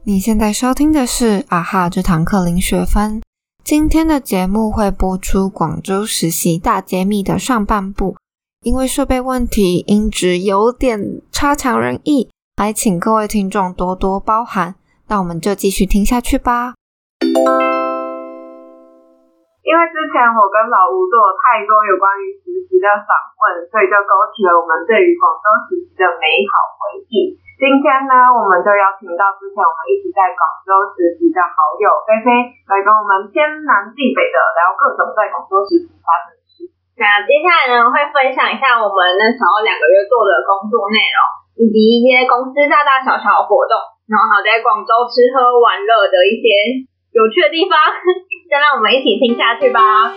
你现在收听的是啊哈这堂课零学分。今天的节目会播出广州实习大揭秘的上半部，因为设备问题，音质有点差强人意，还请各位听众多多包涵。那我们就继续听下去吧。 因为之前我跟老吴做了太多有关于实习的访问，所以就勾起了我们对于广州实习的美好回忆。今天呢，我们就邀请到之前我们一起在广州实习的好友菲菲来跟我们天南地北的聊各种在广州实习发生的事。 那接下来呢，会分享一下我们那时候2个月做的工作内容，以及一些公司大大小小的活动，然后还有在广州吃喝玩乐的一些有趣的地方，就让我们一起听下去吧。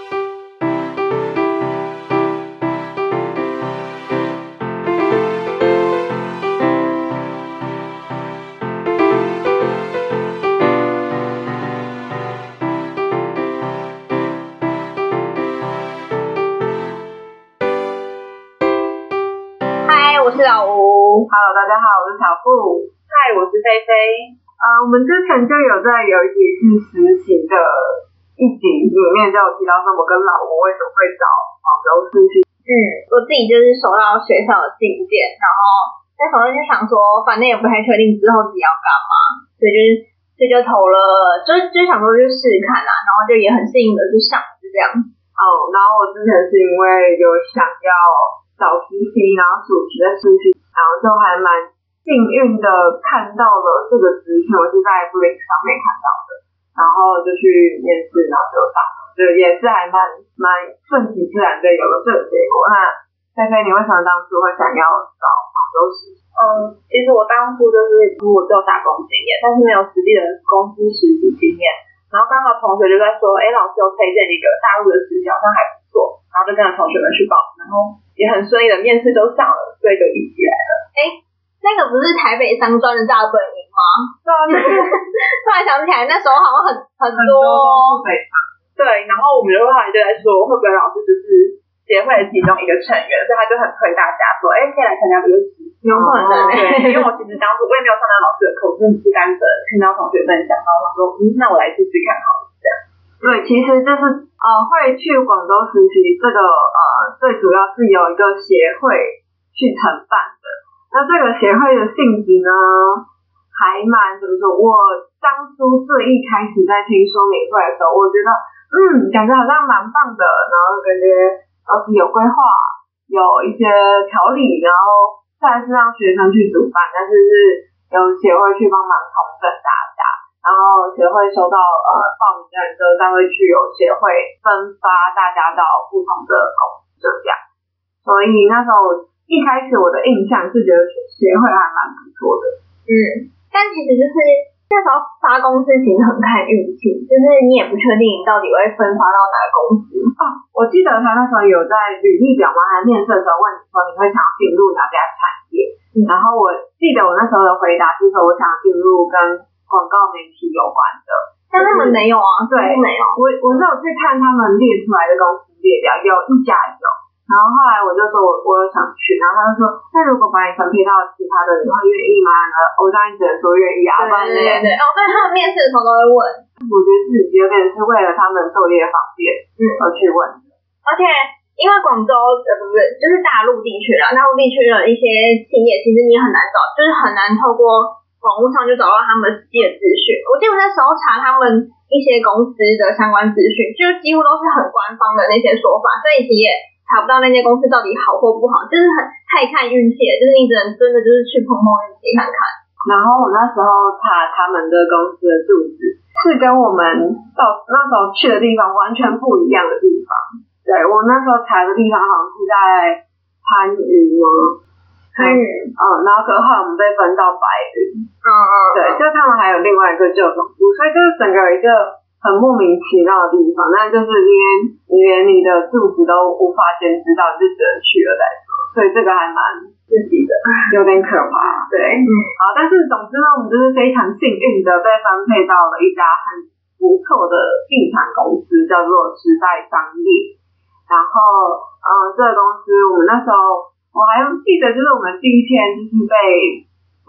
嗨，我是老吴。 Hello， 大家好，我是小付。 嗨，我是菲菲。 我们之前就有在有一集是实习的一集里面就有提到说我跟老吴为什么会找广州实习。 我自己就是收到学校的信件，然后那时候就想说，反正也不太确定之后自己要干嘛，所以就投了，就想说就试试看啦，然后就也很幸运的就上了，就这样。 然后我之前是因为有想要找实习，然后暑期的实习，然后就还蛮幸运的看到了这个资讯，我是在 Blink 上面看到的，然后就去面试，然后就上了，就也是还蛮顺其自然的有了这个结果。那菲菲，你为什么当初会想要找广州实习？ 其实我当初就是我只有打工经验，但是没有实际的公司实习经验。然后刚好同学就在说，老师有推荐一个大陆的实习好像还不错，然后就跟着同学们去报，然后也很顺利的面试就上了，所以就一起来了。 那个不是台北商专的大本营吗？ 对啊， 突然想起来，那时候好像很多北商。 对，然后我们就后来就在说，会不会老师就是协会的其中一个成员，所以他就很推大家说，可以来参加这个实习。 有可能对，因为我其实当初我也没有上到老师的课，我真的是单纯听到同学分享，然后我说，那我来试试看好了，这样。 对，其实就是会去广州实习这个最主要是有一个协会去承办的。那这个协会的性质呢，还蛮怎么说？我当初最一开始在听说明会的时候，我觉得感觉好像蛮棒的，然后感觉老师有规划，有一些条理，然后虽然是让学生去主办，但是是有协会去帮忙统整大家，然后协会收到报名的人之后，再会去有协会分发大家到不同的公司这样。所以那时候一开始我的印象是觉得协会还蛮不错的。 但其实就是那时候发公司其实很看运气，就是你也不确定你到底会分发到哪个公司。 我记得他那时候有在履历表嘛，还面试的时候问你说你会想要进入哪家产业，然后我记得我那时候的回答是说我想要进入跟广告媒体有关的。 但他们没有啊， 对， 没有。 我是有去看他们列出来的公司列表，有一家有。然后后来我就说我有想去，然后他就说，那如果把你分配到其他的，你会愿意吗？我当然只能说愿意啊。 对。对，他们面试的时候都会问。 我觉得自己有点是为了他们作业方便而去问的。 而且因为广州不是就是大陆地区啦，大陆地区的一些企业，其实你很难找，就是很难透过网络上就找到他们实际的资讯。我记得那时候查他们一些公司的相关资讯，就几乎都是很官方的那些说法，所以其实也查不到那些公司到底好或不好，就是太看运气了，就是你只能真的就是去碰运气看看。 然后我那时候查他们的公司的住址，是跟我们到那时候去的地方完全不一样的地方。对，我那时候查的地方好像是在番禺吗？然后可是后来我们被分到白云。对，就他们还有另外一个旧总部，所以就是整个一个很莫名其妙的地方，但就是因为你连你的住址都无法先知道，就只能去了再说，所以这个还蛮刺激的，有点可怕。对，好，但是总之呢，我们就是非常幸运的被分配到了一家很不错的地产公司，叫做时代商业。然后这个公司我们那时候我还记得，就是我们第一天就是被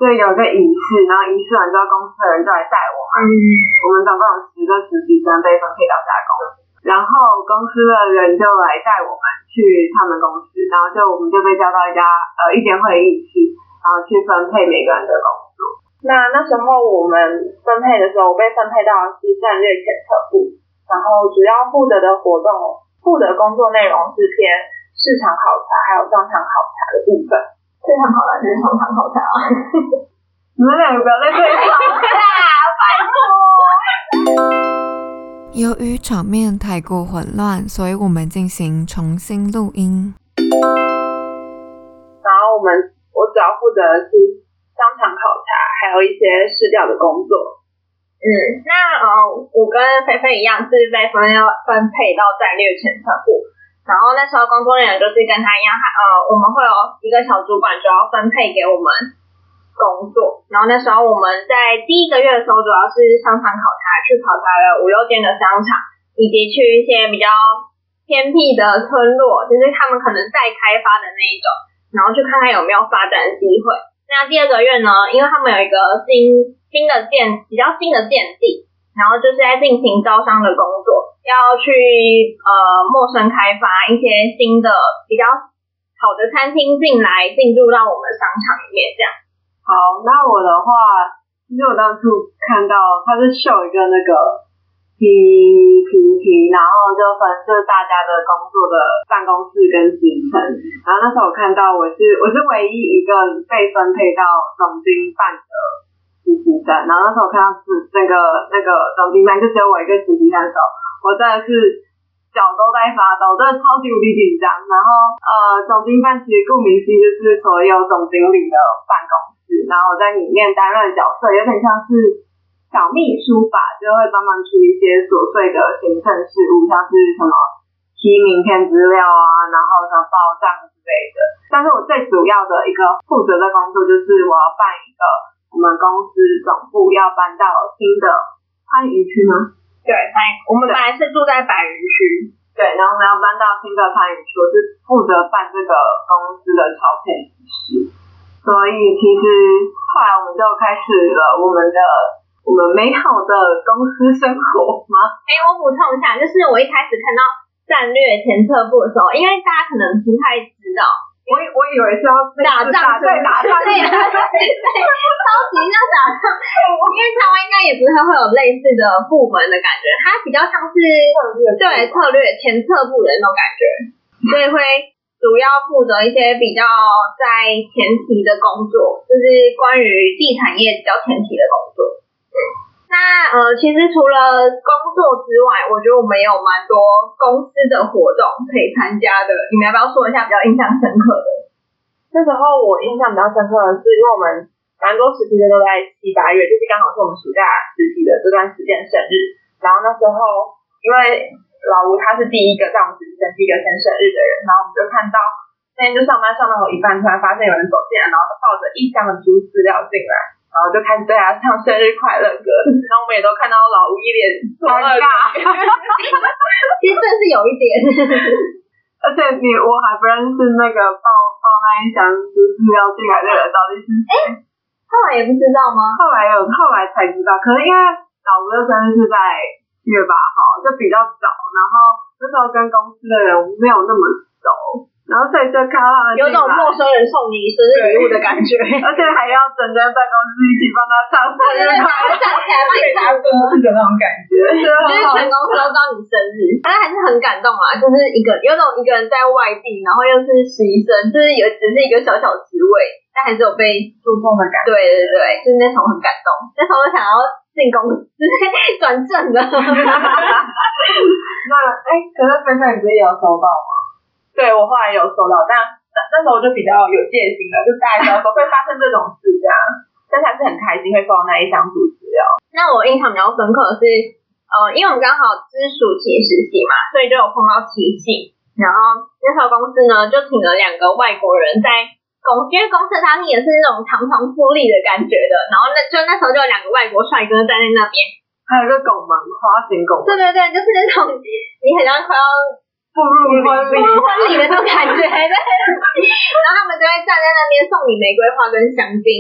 就有个仪式，然后仪式完之后，公司的人就来带我们。我们总共有10个实习生被分配到这家公司，然后公司的人就来带我们去他们公司，然后我们就被叫到一间会议室，然后去分配每个人的工作。 那时候我们分配的时候，我被分配到的是战略检测部，然后主要负责工作内容是偏市场考察还有商场考察的部分。 市场考察还是商场考察啊？ 你们两个不要在这里吵架，拜托。由于场面太过混乱，所以我们进行重新录音。 然后我主要负责的是商场考察，还有一些市调的工作。 那我跟菲菲一样是被分配到战略检测部。然后那时候工作人员就是跟他一样，我们会有一个小主管，主要分配给我们工作。然后那时候我们在第1个月的时候，主要是商场考察，去考察了5-6间的商场，以及去一些比较偏僻的村落，就是他们可能待开发的那一种，然后去看看有没有发展的机会。那第2个月呢，因为他们有一个比较新的建地，然后就是在进行招商的工作，要去陌生开发一些新的比较好的餐厅进入到我们商场里面这样。 好，那我的话，其实我当初看到他是秀一个那个 PPT， 然后就分就是大家的工作的办公室跟职称，然后那时候我看到我是唯一一个被分配到总经办的实习生，然后那时候我看到那个总经办就只有我一个实习生的时候，我真的是脚都在发抖，真的超级无敌紧张。然后总经办其实顾名思义就是所有总经理的办公室，然后我在里面担任的角色有点像是小秘书吧，就会帮忙处理一些琐碎的行政事务，像是什么提名片资料啊，然后什么报账之类的。但是我最主要的一个负责的工作就是我要办一个我们公司总部要搬到新的番禺区吗？ 对，我们本来是住在百余区， 对，然后我们要搬到新的番禺区，我是负责办这个公司的筹备仪式。所以其实后来我们就开始了我们美好的公司生活吗？ 我补充一下，就是我一开始看到战略检测部的时候，因为大家可能不太知道， 我以为是要打仗，对，超级像打仗，因为台湾应该也不太会有类似的部门的感觉，它比较像是策略检测部的那种感觉，所以会主要负责一些比较在前期的工作，就是关于地产业比较前期的工作。那其实除了工作之外，我觉得我们也有蛮多公司的活动可以参加的，你们要不要说一下比较印象深刻的？ 那时候我印象比较深刻的是，因为我们蛮多实习的都在7-8月，就是刚好是我们暑假实习的这段时间生日。然后那时候因为老吴他是第一个在我们实习生第一个先生日的人，然后我们就看到那天就上班上到一半，突然发现有人走进来，然后抱着1箱的猪饲料进来，然后就开始对他唱生日快乐歌，然后我们也都看到老吴一脸错愕， 其实真是有一点， 而且我还不认识那个抱那一箱猪饲料进来的人到底是谁， 后来也不知道吗？ 后来才知道，可能因为老吴的生日是在7月8号，就比较早，然后那时候跟公司的人没有那么熟，然后所以就看到他们有种陌生人送你生日礼物的感觉， 而且还要整间办公室一起帮他唱生日快乐， 站起来帮你唱歌的那种感觉， 就是全公司都知道你生日，但还是很感动嘛，就是有种一个人在外地，然后又是实习生，就是只是一个小小职位，但还是有被注重的感觉。 对，就是那种很感动，那时候想要进公司转正的。 那可是菲菲你不是也有收到吗？ 对，我后来有收到，但那时候我就比较有戒心了，就大概知道说会发生这种事这样，但是还是很开心会收到那1箱猪饲料。 那我印象比较深刻的是，因为我们刚好是暑期实习嘛，所以就有碰到期庆，然后那时候公司呢就请了2个外国人在因为公司的餐厅也是那种长床富丽的感觉的，然后那时候就有2个外国帅哥站在那边， 还有一个拱门，花形拱门， 对，就是那种你很像快要步入婚礼的那种感觉，对。然后他们就会站在那边送你玫瑰花跟香槟，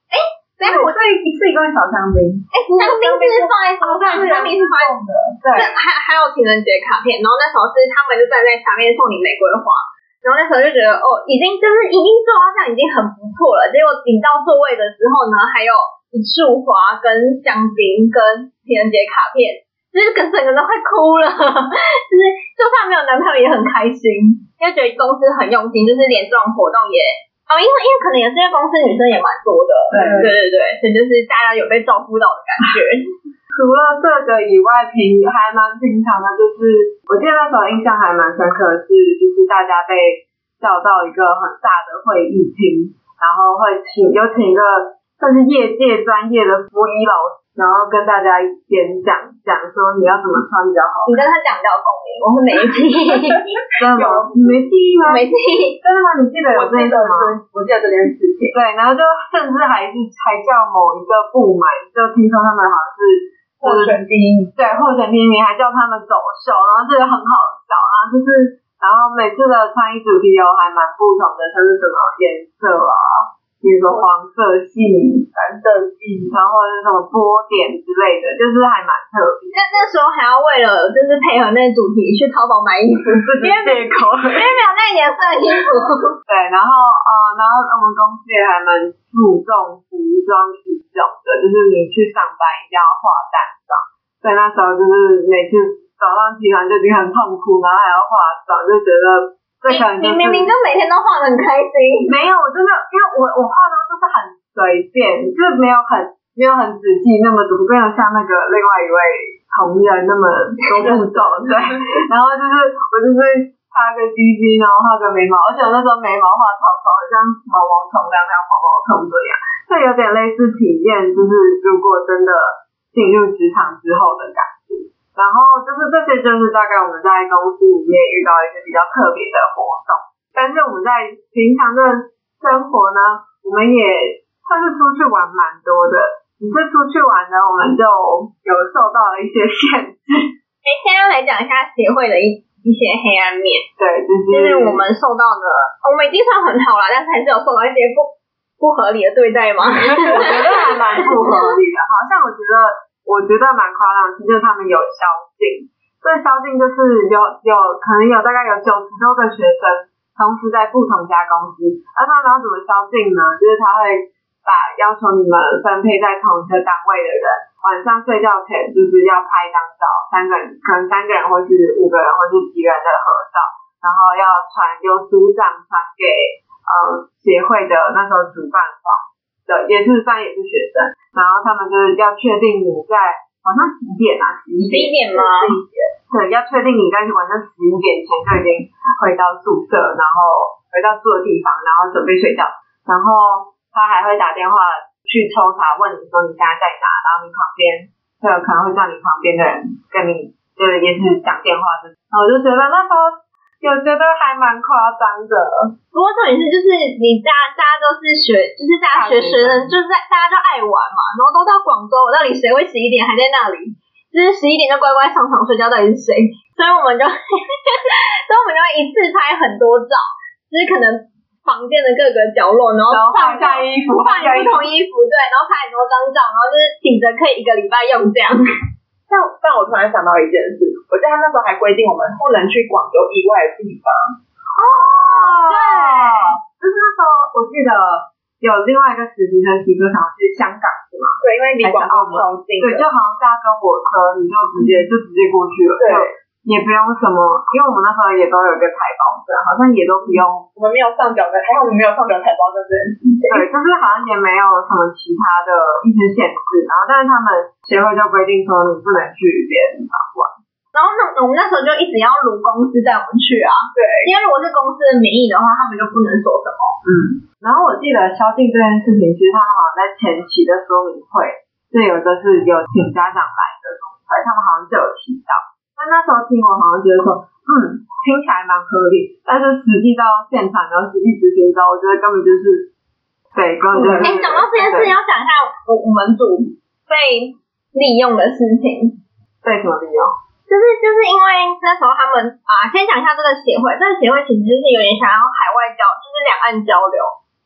等一下我是一罐小香槟。 香槟是放在香槟是放在的，对， 还有情人节卡片，然后那时候是他们就站在下面送你玫瑰花，然后那时候就觉得已经做到这样已经很不错了，结果领到座位的时候呢，还有一束花跟香槟跟情人节卡片，就是整个人都快哭了，就是就算没有男朋友也很开心，因为觉得公司很用心，就是连这种活动也因为可能也是因为公司女生也蛮多的，对，所以就是大家有被照顾到的感觉。 除了这个以外，还蛮平常的，就是我记得那时候印象还蛮深刻的是，就是大家被叫到一个很大的会议厅，然后请一个算是业界专业的服仪老师，然后跟大家演讲说你要怎么穿比较好。 你跟他讲比较共鸣，我是没记忆。 真的吗？你没记忆吗？ 没记忆。 真的吗？你记得有这件事吗？ 我记得这件事情。 对，然后就甚至还叫某一个部门，就听说他们好像是获选第一名， 对，获选第一名，还叫他们走秀，然后这个很好笑，然后每次的穿衣主题有还蛮不同的，像是什么颜色啊。比如说黄色系、蓝色系，然后是什么波点之类的，就是还蛮特别。 那时候还要为了就是配合那个主题去淘宝买衣服， 因为借口， 因为没有那一年份的衣服。 对，然后我们公司也还蛮注重服装仪容的，就是你去上班一定要化淡妆，所以那时候就是每次早上起床就已经很痛苦，然后还要化妆，就觉得。 你明明就每天都画得很开心。 没有，真的，因为我化妆就是很随便，就是没有很仔细那么多，没有像那个另外一位同仁那么多步骤，对。然后我就是擦个GG，然后画个眉毛，而且我那时候眉毛画超好像毛毛虫这样毛毛虫这样，就有点类似体验，就是如果真的进入职场之后的感觉。然后就是这些，就是大概我们在公司里面遇到一些比较特别的活动。但是我们在平常的生活呢，我们也算是出去玩蛮多的。只是出去玩呢，我们就有受到了一些限制。 现在来讲一下协会的一些黑暗面。 对， 就是我们受到的，我们已经算很好了，但是还是有受到一些不合理的对待吗？ 我觉得还蛮不合理的，好像我觉得蛮夸张的是，就是他们有宵禁。这宵禁就是可能有大概有90多个学生同时在不同家公司，而他们要怎么宵禁呢？就是他会把要求你们分配在同一个单位的人，晚上睡觉前就是要拍一张照，3个人，可能3个人或是5个人或是几个人的合照，然后要由组长传给协会的那时候主办方的，也是学生，然后他们就是要确定你在晚上几点啊？11 点吗 ？11点。对，要确定你在晚上11点前就已经回到宿舍，然后回到住的地方，然后准备睡觉。然后他还会打电话去抽查，问你说你现在在哪，然后你旁边可能会叫你旁边的人跟你就是也是讲电话的。然后我就觉得那时候有觉得还蛮夸张的。 不过重点是就是你大家都是就是大家学生，就是大家都爱玩嘛，然后都到广州，到底谁会11点还在那里？就是11点就乖乖上床睡觉，到底是谁？所以我们就会一次拍很多照，就是可能房间的各个角落，然后换下衣服， 换不同衣服，对，然后拍很多张照，然后就是顶着可以1个礼拜用这样。 但我突然想到一件事，我记得他那时候还规定我们不能去广州以外的地方。 对， 就是那时候我记得有另外一个实习生提出想要去香港，是吗？ 对，因为离广州超近。 对，就好像大家跟火车，你就直接过去了。对。也不用什么，因为我们那时候也都有一个台胞证，好像也都不用。 我们没有上表格，还好我们没有上表台胞证这件事情。 对，就是好像也没有什么其他的一些限制，然后但是他们协会就规定说你不能去别的地方玩。 然后我们那时候就一直要如公司带我们去啊。对，因为如果是公司的名义的话，他们就不能说什么。 然后我记得宵禁这件事情，其实他们好像在前期的说明会，就有的是有请家长来的说明会，他们好像就有提到。但那时候听我好像觉得说，听起来蛮合理，但是实际到现场然后实际执行之后，我觉得根本就是对，根本就是。 讲到这件事，要讲一下我们组被利用的事情。 被什么利用？ 就是因为那时候他们先讲一下这个协会，这个协会其实就是有点想要海外就是两岸交流，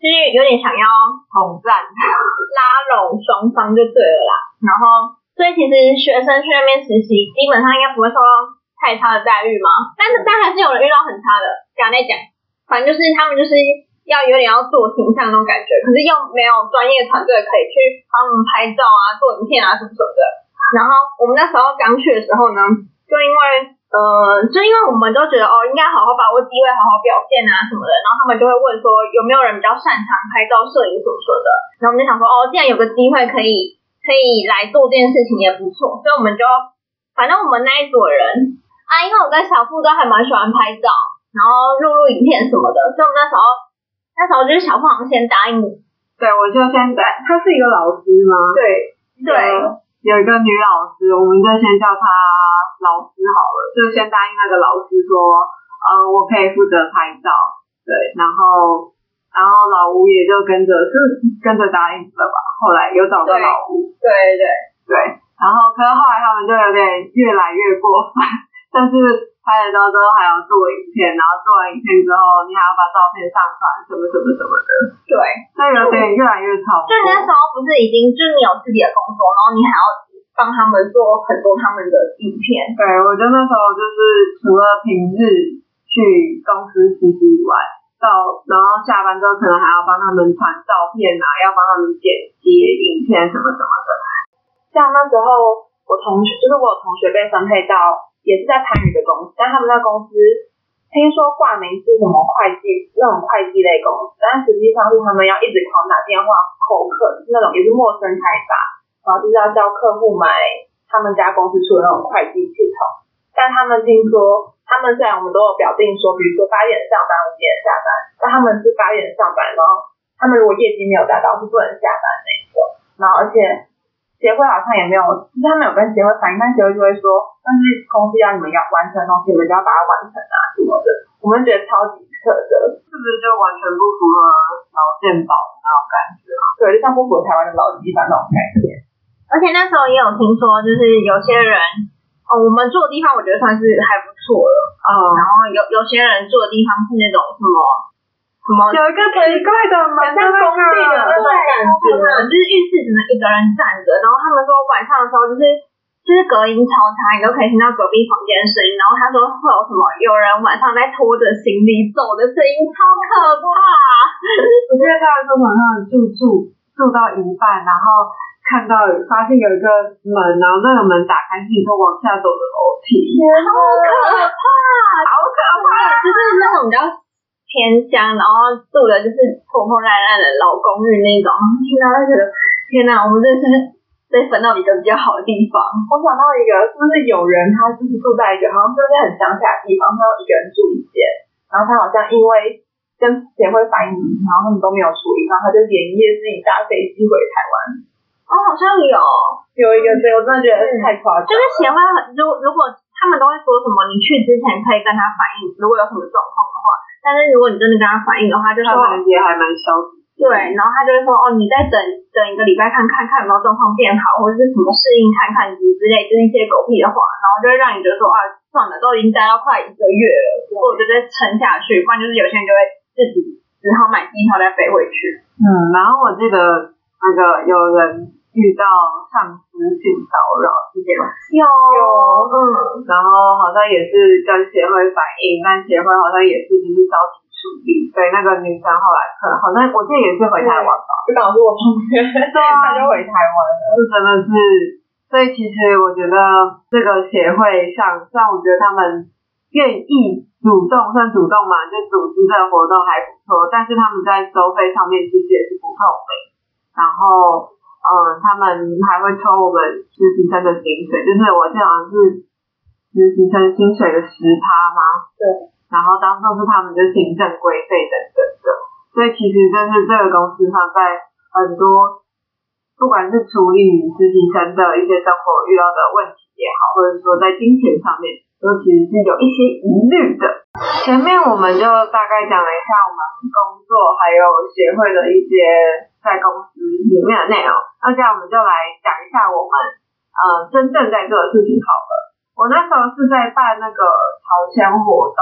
就是有点想要统战拉拢双方就对了啦。然后，所以其实学生去那边实习，基本上应该不会受到太差的待遇嘛。但还是有人遇到很差的，刚才讲，反正就是他们就是要有点要做形象那种感觉，可是又没有专业团队可以去帮他们拍照啊、做影片啊什么的。然后我们那时候刚去的时候呢，就因为我们都觉得应该好好把握机会，好好表现啊什么的，然后他们就会问说有没有人比较擅长拍照、摄影什么的。然后我们就想说既然有个机会可以来做这件事情也不错，所以我们就反正我们那一组人因为我跟小付都还蛮喜欢拍照，然后录影片什么的，所以我们那时候就是小付好像先答应你。 对，我就先他是一个老师吗？ 对， 有一个女老师，我们就先叫她老师好了，就先答应那个老师说，我可以负责拍照，对，然后老吴也就跟着答应了吧，后来有找到老吴， 对， 然后可是后来他们就有点越来越过分，但是拍了照之后还要做影片，然后做完影片之后你还要把照片上传什么的， 对， 所以有点越来越超过。 就那时候不是已经就是你有自己的工作，然后你还要帮他们做很多他们的影片。 对，我觉得那时候就是除了平日去公司实习以外，然后下班之后可能还要帮他们传照片啊，要帮他们剪接影片什么的。 像那时候我有同学被分配到也是在番禺的公司，但他们那公司听说挂名是什么会计那种会计类公司，但实际上是他们要一直狂打电话扣客，就是那种也是陌生开发，然后就是要叫客户买他们家公司出的那种会计系统。但他们听说，他们虽然我们都有表定说，比如说8点上班5点下班，但他们是8点上班，然后他们如果业绩没有达到是不能下班那一种。然后而且协会好像也没有，就是他们有跟协会反映，但协会就会说，但是公司要你们要完成的东西，你们就要把它完成啊什么的。我们觉得超级扯的， 是不是就完全不符合劳健保的那种感觉啊？ 对，就像不符合台湾的劳基法那种概念。 而且那时候也有听说，就是有些人我们住的地方我觉得算是还不错了。然后有些人住的地方是那种什么有一个奇怪的门， 很像工地的那种感觉， 就是浴室只能一个人站着，然后他们说晚上的时候就是隔音超差，你都可以听到隔壁房间的声音。然后他说会有什么有人晚上在拖着行李走的声音，超可怕。 我记得他们说晚上住到一半，然后发现有一个门，然后那个门打开是一个往下走的楼梯，好可怕， 就是那种比较偏乡，然后住的就是破破烂烂的老公寓那种，听到就觉得天哪，我们真的是被分到一个比较好的地方。 我想到一个，是不是有人他就是住在一个好像就是很乡下的地方，他要一个人住一间，然后他好像因为跟协会反映，然后他们都没有处理，然后他就连夜自己搭飞机回台湾。 好像有一个，对，我真的觉得太夸张。 就是协会如果他们都会说什么，你去之前可以跟他反映，如果有什么状况的话。但是如果你真的跟他反映的话，就说他们也还蛮消极。 对，然后他就会说你再等一个礼拜看有没有状况变好，或者是什么适应看之类，就是一些狗屁的话，然后就会让你觉得说算了，都已经待到快1个月了，所以我就再撑下去，不然就是有些人就会自己只好买机票再飞回去。 然后我记得那个有人遇到上司性骚扰是这样， 有然后好像也是跟协会反映，但协会好像也是就是着急处理，所以那个女生后来好像我记得也是回台湾吧， 就刚好是我同学， 对啊， 他就回台湾了， 就真的是，所以其实我觉得这个协会上，虽然我觉得他们愿意算主动嘛，就组织这个活动还不错，但是他们在收费上面其实也是不透明，然后他们还会抽我们实习生的薪水，就是我记得好像是实习生薪水的10%吗？ 对。 然后当作是他们的行政规费等等的，所以其实真是这个公司上在很多不管是处理实习生的一些生活遇到的问题也好，或者说在金钱上面都其实是有一些疑虑的。前面我们就大概讲了一下我们工作还有协会的一些在公司里面的内容，那这样我们就来讲一下我们真正在做的事情好了。我那时候是在办那个朝鲜活动，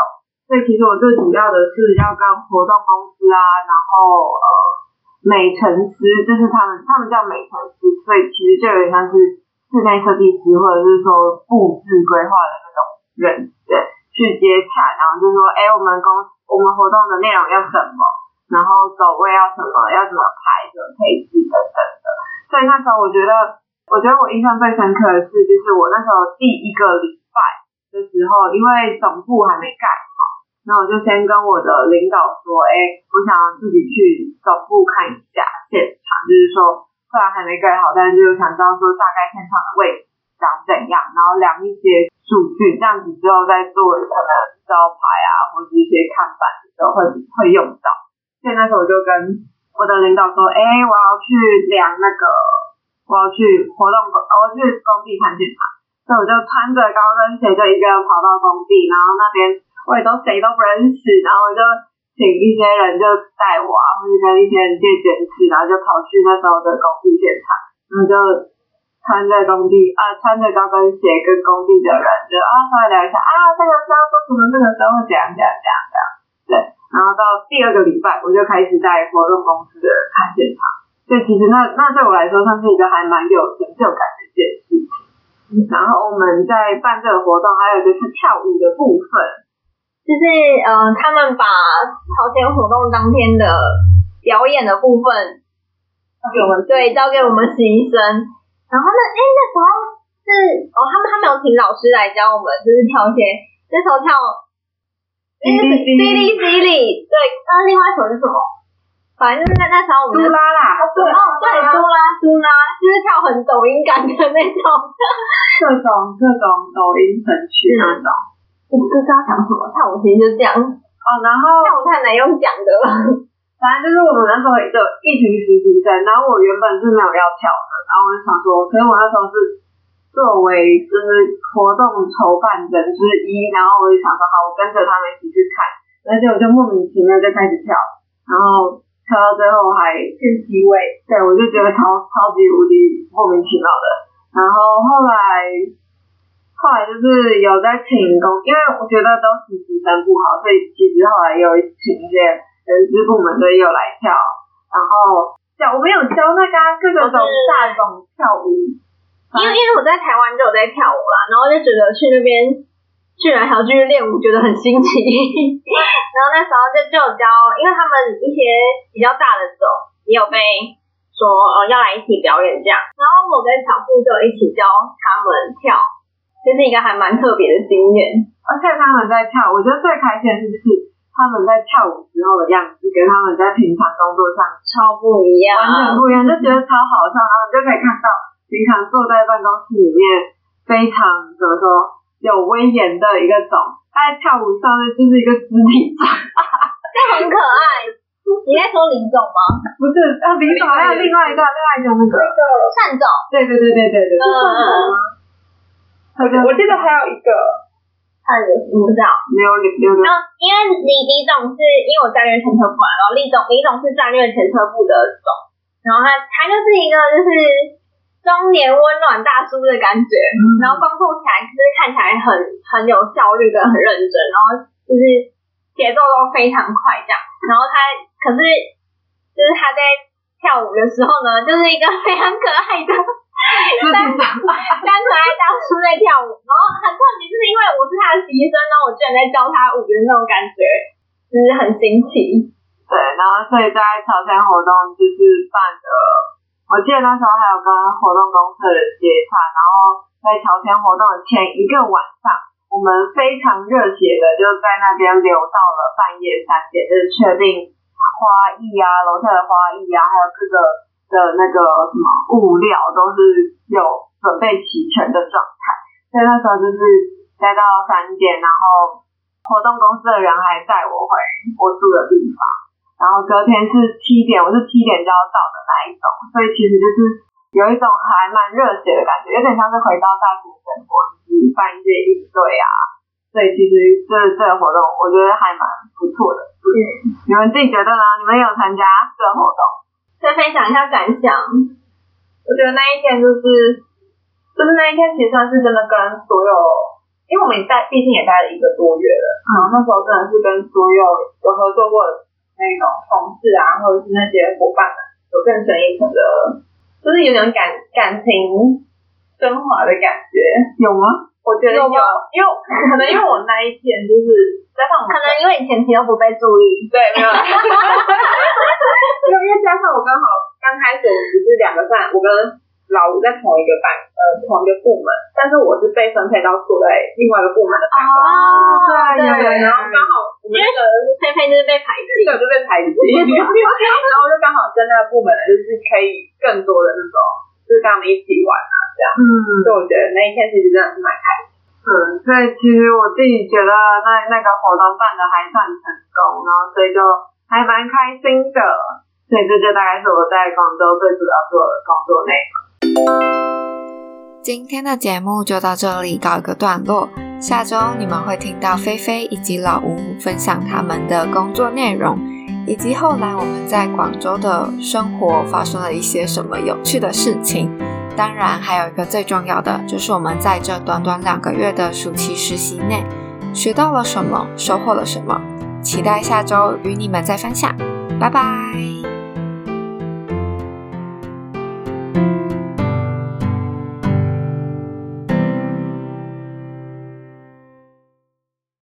所以其实我最主要的是要跟活动公司啊，然后美陈师，就是他们叫美陈师，所以其实就有点像是室内设计师或者是说布置规划的那种人，对，去接洽，然后就说我们活动的内容要什么，然后走位要什么，要怎么排，怎么配置等等的。所以那时候我觉得我印象最深刻的是，就是我那时候第一个礼拜的时候，因为总部还没盖好，那我就先跟我的领导说，我想自己去总部看一下现场，就是说虽然还没盖好，但是就想知道说大概现场的位置长怎样，然后量一些数据，这样子之后再做可能招牌啊，或是一些看板的时候会用到。所以那时候我就跟我的领导说，我要去量我要去工地看现场，所以我就穿着高跟鞋就一个人跑到工地，然后那边谁都不认识，然后我就请一些人就带我啊，或者跟一些人借卷尺，然后就跑去那时候的工地现场，然后就穿着高跟鞋跟工地的人就稍微聊一下这个时候为什么这个时候会怎样，对，然后到第二个礼拜我就开始带活动公司的人看现场，所以其实那对我来说算是一个还蛮有成就感的一件事情。然后我们在办这个活动还有就是跳舞的部分， 就是他们把朝鲜活动当天的表演的部分交给我们实习生，然后那时候是他们有请老师来教我们，就是跳一些那时候跳CD， 对，另外一首是什么？反正就是那时候我们嘟啦啦， 对，嘟啦，就是跳很抖音感的那种， 各种抖音神曲那种。 我不知道讲什么，跳舞其实就这样。 然后跳舞太难用讲的了。 反正就是我们那时候就一群实习生，然后我原本是没有要跳的，然后我就想说，可是我那时候是作为就是活动筹办人之一，然后我就想说，好，我跟着他们一起去看，而且我就莫名其妙就开始跳，然后跳到最后还去机位， 对，我就觉得超级无敌莫名其妙的。然后后来就是有在请因为我觉得都实习生不好，所以其实后来有请一些人事部门的也有来跳，然后我们有教那个各种大种跳舞， 因为我在台湾就有在跳舞啦，然后就觉得去那边去来条去练舞觉得很新奇然后那时候就有教，因为他们一些比较大的种也有被说要来一起表演这样，然后我跟小布就一起教他们跳，就是一个还蛮特别的经验。 而且他们在跳，我觉得最开心的就是他们在跳舞时候的样子跟他们在平常工作上超不一样， 完全不一样，就觉得超好笑，然后就可以看到平常坐在办公室里面非常怎么说有威严的一个种，他在跳舞上面就是一个肢体种这很可爱。你在说林总吗？ 不是，林总还有另外一个那个单总， 对， 我记得还有一个， 我不知道， 没有。 然后因为李总是因为我战略前车部嘛，然后李总是战略前车部的总，然后他就是一个就是中年温暖大叔的感觉，然后工作起来就是看起来很有效率跟很认真，然后就是节奏都非常快这样，然后可是就是他在跳舞的时候呢，就是一个非常可爱的非常可爱大叔在跳舞，然后很特别，就是因为我是他的实习生，然后我居然在教他舞的那种感觉，就是很新奇。 对，然后所以在朝鲜活动就是办的，我记得那时候还有跟活动公司的人接洽，然后在朝鲜活动的前一个晚上，我们非常热血的就在那边留到了半夜3点，就是确定花艺啊，楼下的花艺啊，还有各个的那个什么物料都是有准备齐全的状态，所以那时候就是待到3点，然后活动公司的人还带我回我住的地方，然后隔天是7点，我是7点就要到的那一种，所以其实就是有一种还蛮热血的感觉，有点像是回到大学生活，就是办一些营队啊，所以其实这个活动我觉得还蛮不错的。你们自己觉得呢？你们有参加这个活动？ 再分享一下感想。 我觉得那一天就是那一天其实算是真的跟所有因为我们毕竟也待了1个多月了，然后那时候真的是跟所有有合作过的那种同事啊，或者是那些伙伴们有更深一层的，就是有点感情升华的感觉。 有吗？ 我觉得有，因为可能因为我那一天就是加上我可能因为你前期都不被注意， 对，没有，因为加上我刚好刚开始我们只是2个站，我跟老吴在同一个部门，但是我是被分配到坐在另外一个部门的办公室。 对， 然后刚好我们那个佩佩就是被排挤， 对，就被排挤，然后就刚好跟那个部门的就是可以更多的那种，就是跟他们一起玩啊这样。所以我觉得那一天其实真的是蛮开心。 所以其实我自己觉得那个活动办得还算成功，然后所以就还蛮开心的。所以这就大概是我在广州最主要做的工作内容。 今天的节目就到这里告一个段落，下周你们会听到菲菲以及老吴分享他们的工作内容，以及后来我们在广州的生活发生了一些什么有趣的事情。当然还有一个最重要的，就是我们在这短短2个月的暑期实习内学到了什么，收获了什么，期待下周与你们再分享，拜拜。